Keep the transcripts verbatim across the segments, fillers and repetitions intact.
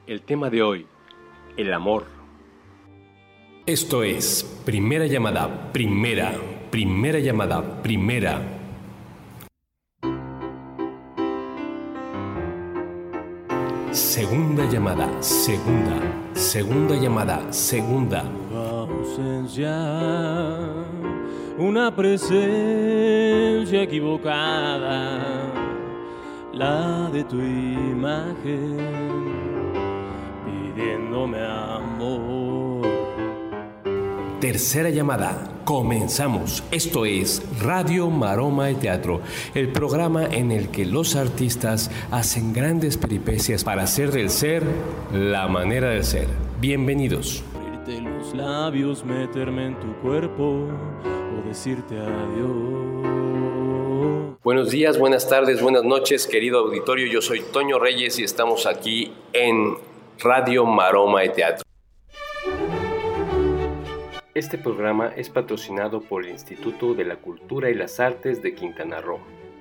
El tema de hoy, el amor. Esto es Primera Llamada, Primera, Primera Llamada, Primera. Segunda llamada, segunda, segunda llamada, segunda. Tu ausencia, una presencia equivocada, la de tu imagen, pidiéndome amor. Tercera llamada, comenzamos. Esto es Radio Maroma y Teatro, el programa en el que los artistas hacen grandes peripecias para hacer del ser la manera de ser. Bienvenidos. Abrirte los labios, meterme en tu cuerpo o decirte adiós. Buenos días, buenas tardes, buenas noches, querido auditorio. Yo soy Toño Reyes y estamos aquí en Radio Maroma y Teatro. Este programa es patrocinado por el Instituto de la Cultura y las Artes de Quintana Roo.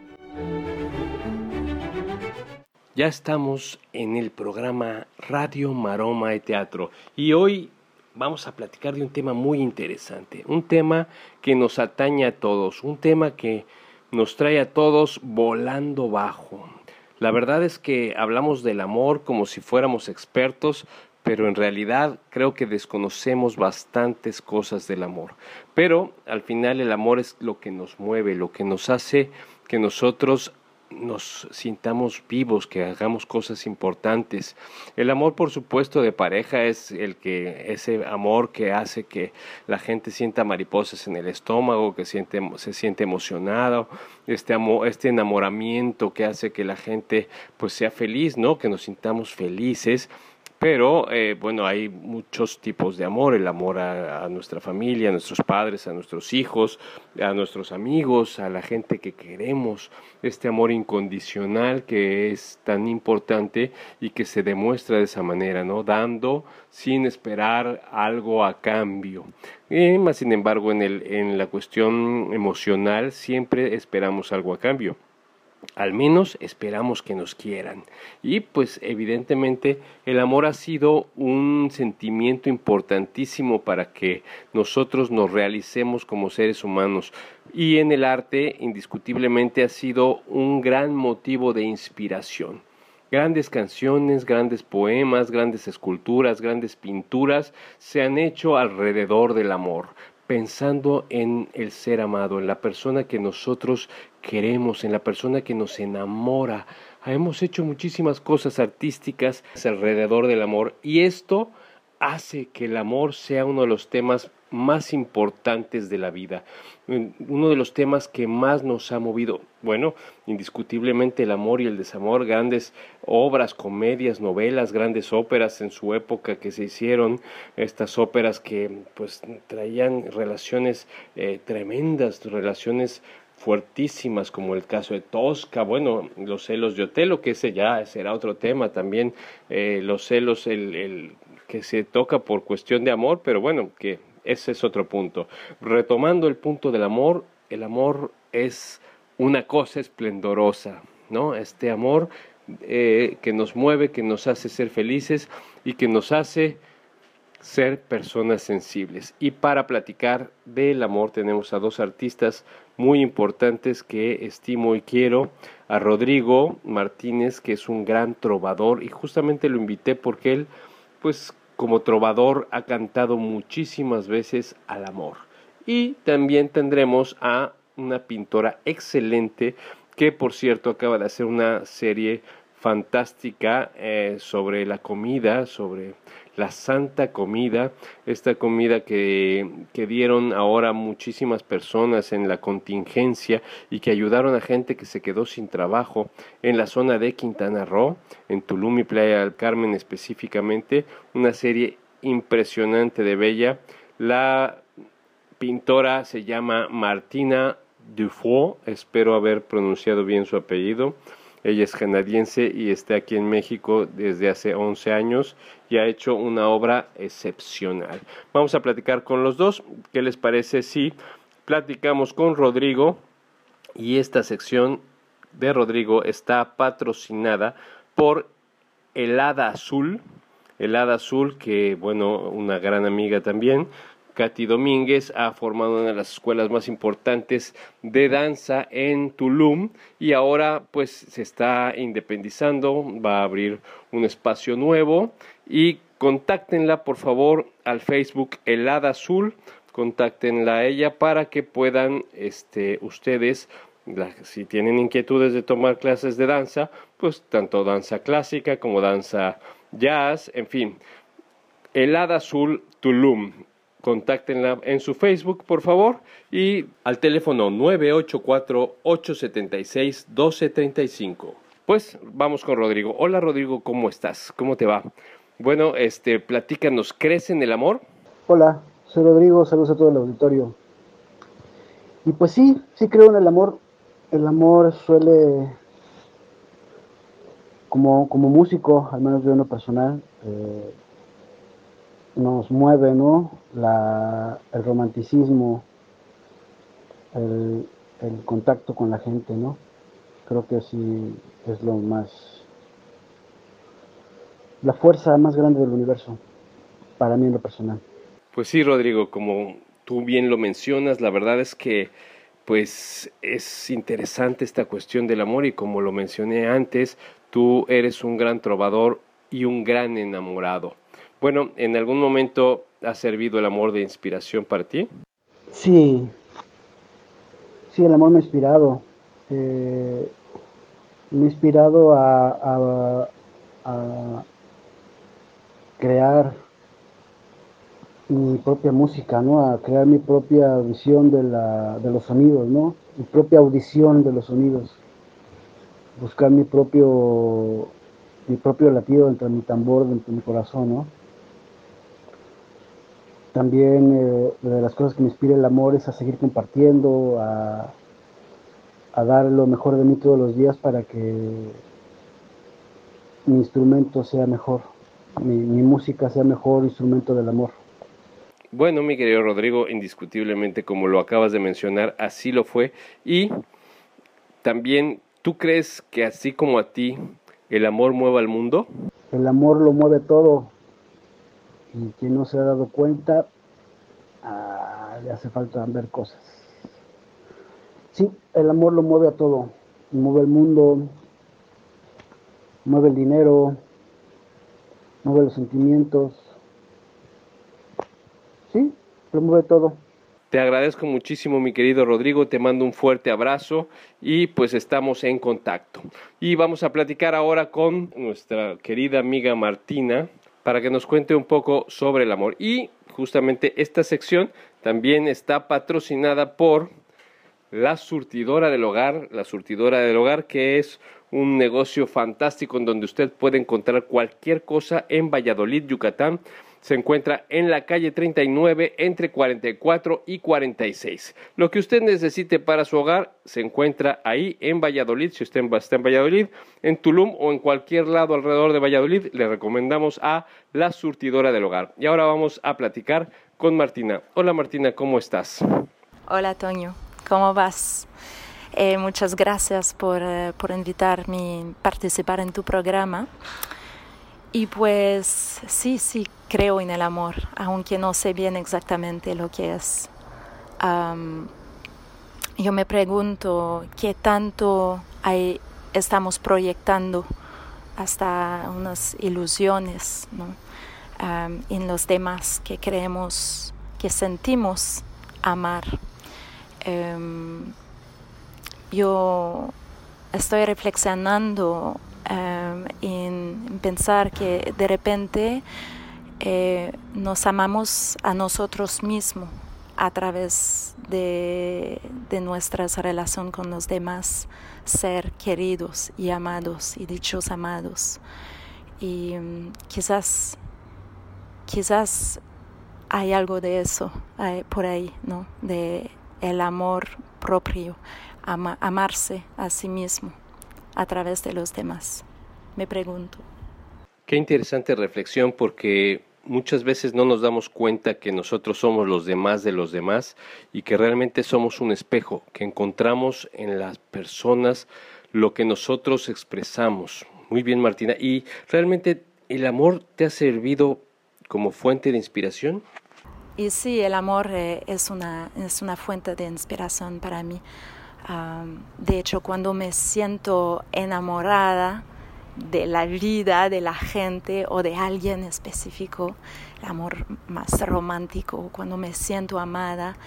Ya estamos en el programa Radio Maroma y Teatro y hoy vamos a platicar de un tema muy interesante, un tema que nos atañe a todos, un tema que nos trae a todos volando bajo. La verdad es que hablamos del amor como si fuéramos expertos, pero en realidad creo que desconocemos bastantes cosas del amor. Pero al final el amor es lo que nos mueve, lo que nos hace que nosotros nos sintamos vivos, que hagamos cosas importantes. El amor, por supuesto, de pareja es el que ese amor que hace que la gente sienta mariposas en el estómago, que siente, se siente emocionado, este amor, este enamoramiento que hace que la gente pues sea feliz, ¿no? Que nos sintamos felices. Pero, eh, bueno, hay muchos tipos de amor, el amor a, a nuestra familia, a nuestros padres, a nuestros hijos, a nuestros amigos, a la gente que queremos, este amor incondicional que es tan importante y que se demuestra de esa manera, ¿no? Dando sin esperar algo a cambio. Y más sin embargo, en, el, en la cuestión emocional siempre esperamos algo a cambio. Al menos esperamos que nos quieran. Y pues evidentemente el amor ha sido un sentimiento importantísimo para que nosotros nos realicemos como seres humanos. Y en el arte indiscutiblemente ha sido un gran motivo de inspiración. Grandes canciones, grandes poemas, grandes esculturas, grandes pinturas se han hecho alrededor del amor, pensando en el ser amado, en la persona que nosotros queremos, en la persona que nos enamora. Hemos hecho muchísimas cosas artísticas alrededor del amor y esto hace que el amor sea uno de los temas más importantes de la vida, uno de los temas que más nos ha movido. Bueno, indiscutiblemente el amor y el desamor, grandes obras, comedias, novelas, grandes óperas en su época que se hicieron, estas óperas que pues traían relaciones eh, tremendas, relaciones fuertísimas, como el caso de Tosca, bueno, los celos de Otelo, que ese ya será otro tema también, eh, los celos el, el que se toca por cuestión de amor, pero bueno, que ese es otro punto. Retomando el punto del amor, el amor es una cosa esplendorosa, ¿no? Este amor eh, que nos mueve, que nos hace ser felices y que nos hace ser personas sensibles. Y para platicar del amor tenemos a dos artistas muy importantes que estimo y quiero, a Rodrigo Martínez, que es un gran trovador, y justamente lo invité porque él, pues como trovador, ha cantado muchísimas veces al amor. Y también tendremos a una pintora excelente que, por cierto, acaba de hacer una serie fantástica eh, sobre la comida, sobre la santa comida, esta comida que, que dieron ahora muchísimas personas en la contingencia y que ayudaron a gente que se quedó sin trabajo en la zona de Quintana Roo, en Tulum y Playa del Carmen específicamente, una serie impresionante de bella. La pintora se llama Martina Dufour, espero haber pronunciado bien su apellido. Ella es canadiense y está aquí en México desde hace once años y ha hecho una obra excepcional. Vamos a platicar con los dos. ¿Qué les parece si platicamos con Rodrigo? Y esta sección de Rodrigo está patrocinada por Helada Azul, El Hada Azul, que bueno, una gran amiga también, Katy Domínguez, ha formado una de las escuelas más importantes de danza en Tulum y ahora pues se está independizando, va a abrir un espacio nuevo y contáctenla por favor al Facebook El Hada Azul, contáctenla a ella para que puedan este, ustedes, la, si tienen inquietudes de tomar clases de danza, pues tanto danza clásica como danza jazz, en fin, El Hada Azul Tulum. Contáctenla en su Facebook, por favor, y al teléfono nueve ocho cuatro, ocho siete seis, uno dos tres cinco. Pues vamos con Rodrigo. Hola Rodrigo, ¿cómo estás? ¿Cómo te va? Bueno, este, platícanos, ¿crees en el amor? Hola, soy Rodrigo, saludos a todo el auditorio. Y pues sí, sí creo en el amor. El amor suele, como, como músico, al menos yo en lo personal, eh, nos mueve, ¿no? La, el romanticismo, el, el contacto con la gente, ¿no? Creo que sí es lo más, la fuerza más grande del universo, para mí en lo personal. Pues sí, Rodrigo, como tú bien lo mencionas, la verdad es que pues es interesante esta cuestión del amor y como lo mencioné antes, tú eres un gran trovador y un gran enamorado. Bueno, ¿en algún momento ha servido el amor de inspiración para ti? Sí, sí, el amor me ha inspirado. Eh, me ha inspirado a, a, a crear mi propia música, ¿no? A crear mi propia visión de, la, de los sonidos, ¿no? Mi propia audición de los sonidos. Buscar mi propio, mi propio latido entre mi tambor, dentro de mi corazón, ¿no? También eh, de las cosas que me inspira el amor es a seguir compartiendo, a, a dar lo mejor de mí todos los días para que mi instrumento sea mejor, mi, mi música sea mejor instrumento del amor. Bueno, mi querido Rodrigo, indiscutiblemente, como lo acabas de mencionar, así lo fue. Y también, ¿tú crees que así como a ti, el amor mueva al mundo? El amor lo mueve todo. Y quien no se ha dado cuenta, ah, le hace falta ver cosas. Sí, el amor lo mueve a todo. Mueve el mundo, mueve el dinero, mueve los sentimientos. Sí, lo mueve todo. Te agradezco muchísimo, mi querido Rodrigo, te mando un fuerte abrazo y pues estamos en contacto. Y vamos a platicar ahora con nuestra querida amiga Martina para que nos cuente un poco sobre el amor. Y justamente esta sección también está patrocinada por La Surtidora del Hogar, La Surtidora del Hogar, que es un negocio fantástico en donde usted puede encontrar cualquier cosa en Valladolid, Yucatán. Se encuentra en la calle treinta y nueve, entre cuarenta y cuatro y cuarenta y seis. Lo que usted necesite para su hogar se encuentra ahí en Valladolid. Si usted está en Valladolid, en Tulum o en cualquier lado alrededor de Valladolid, le recomendamos a La Surtidora del Hogar. Y ahora vamos a platicar con Martina. Hola Martina, ¿cómo estás? Hola Toño, ¿cómo vas? Eh, muchas gracias por, eh, por invitarme a participar en tu programa. Y pues sí, sí, creo en el amor, aunque no sé bien exactamente lo que es. Um, yo me pregunto qué tanto hay, estamos proyectando hasta unas ilusiones, ¿no? um, en los demás que creemos, que sentimos amar. Um, yo estoy reflexionando Um, en, en pensar que de repente eh, nos amamos a nosotros mismos a través de, de nuestra relación con los demás, ser queridos y amados y dichos amados. Y um, quizás, quizás hay algo de eso hay, por ahí, ¿no? De el amor propio, ama, amarse a sí mismo a través de los demás, me pregunto. Qué interesante reflexión, porque muchas veces no nos damos cuenta que nosotros somos los demás de los demás y que realmente somos un espejo, que encontramos en las personas lo que nosotros expresamos. Muy bien, Martina, y realmente ¿el amor te ha servido como fuente de inspiración? Y sí, el amor eh, es, una, es una fuente de inspiración para mí. Um, de hecho, cuando me siento enamorada de la vida, de la gente o de alguien específico, el amor más romántico, cuando me siento amada,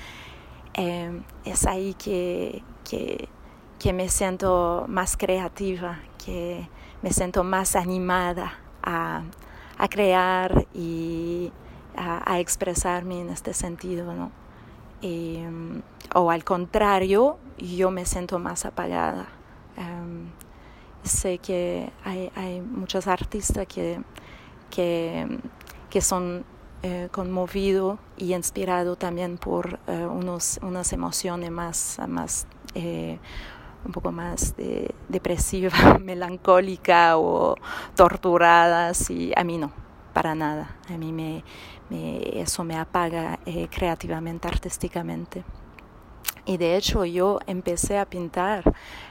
eh, es ahí que, que, que me siento más creativa, que me siento más animada a, a crear y a, a expresarme en este sentido, ¿no? Y, o al contrario, yo me siento más apagada. Um, sé que hay, hay muchos artistas que, que, que son eh, conmovidos y inspirados también por eh, unos, unas emociones más, más eh, un poco más de, depresiva, melancólica o torturadas, y a mí no, para nada. A mí me, me, eso me apaga eh, creativamente, artísticamente. Y de hecho yo empecé a pintar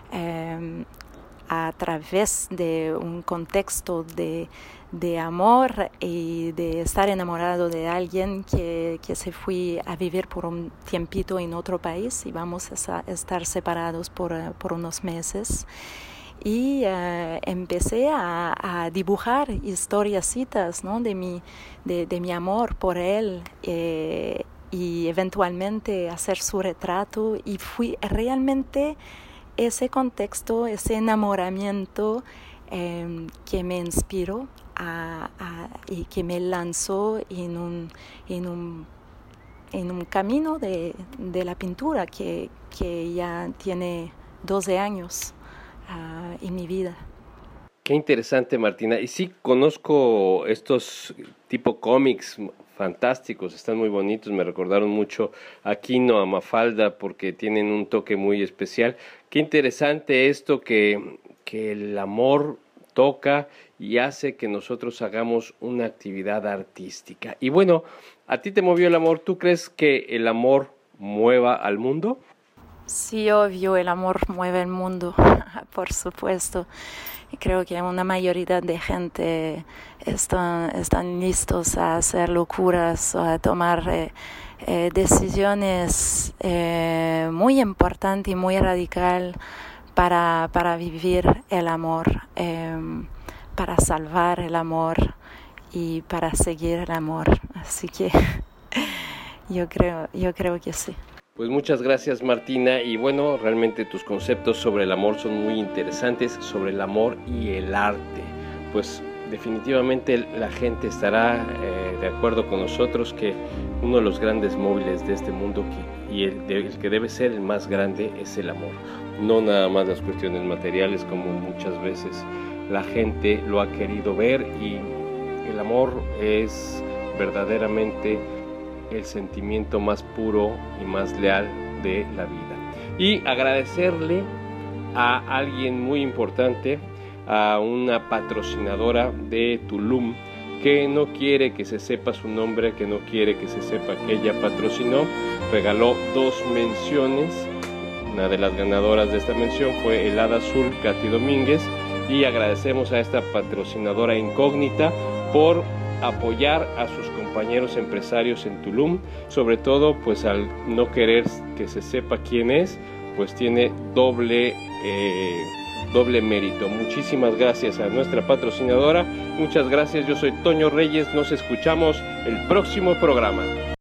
eh, a través de un contexto de, de amor y de estar enamorado de alguien que, que se fue a vivir por un tiempito en otro país y vamos a estar separados por, por unos meses. Y uh, empecé a, a dibujar historiacitas, ¿no? de, mi, de, de mi amor por él eh, y eventualmente hacer su retrato, y fui realmente ese contexto, ese enamoramiento eh, que me inspiró a, a, y que me lanzó en un, en un, en un camino de, de la pintura que, que ya tiene doce años uh, en mi vida. Qué interesante, Martina. Y sí, conozco estos tipo cómics fantásticos, están muy bonitos, me recordaron mucho a Quino, a Mafalda, porque tienen un toque muy especial. Qué interesante esto que, que el amor toca y hace que nosotros hagamos una actividad artística. Y bueno, ¿a ti te movió el amor? ¿Tú crees que el amor mueva al mundo? Sí, obvio, el amor mueve el mundo, por supuesto. Y creo que una mayoría de gente están, están listos a hacer locuras o a tomar eh, eh, decisiones eh, muy importantes y muy radicales para, para vivir el amor, eh, para salvar el amor y para seguir el amor. Así que yo creo, yo creo que sí. Pues muchas gracias, Martina, y bueno, realmente tus conceptos sobre el amor son muy interesantes, sobre el amor y el arte. Pues definitivamente la gente estará eh, de acuerdo con nosotros que uno de los grandes móviles de este mundo que, y el, de, el que debe ser el más grande es el amor. No nada más las cuestiones materiales como muchas veces la gente lo ha querido ver, y el amor es verdaderamente el sentimiento más puro y más leal de la vida. Y agradecerle a alguien muy importante, a una patrocinadora de Tulum, que no quiere que se sepa su nombre, que no quiere que se sepa que ella patrocinó. Regaló dos menciones. Una de las ganadoras de esta mención fue el Hada Azul, Katy Domínguez, y agradecemos a esta patrocinadora incógnita por apoyar a sus compañeros empresarios en Tulum, sobre todo pues al no querer que se sepa quién es, pues tiene doble eh, doble mérito. Muchísimas gracias a nuestra patrocinadora, muchas gracias. Yo soy Toño Reyes, nos escuchamos el próximo programa.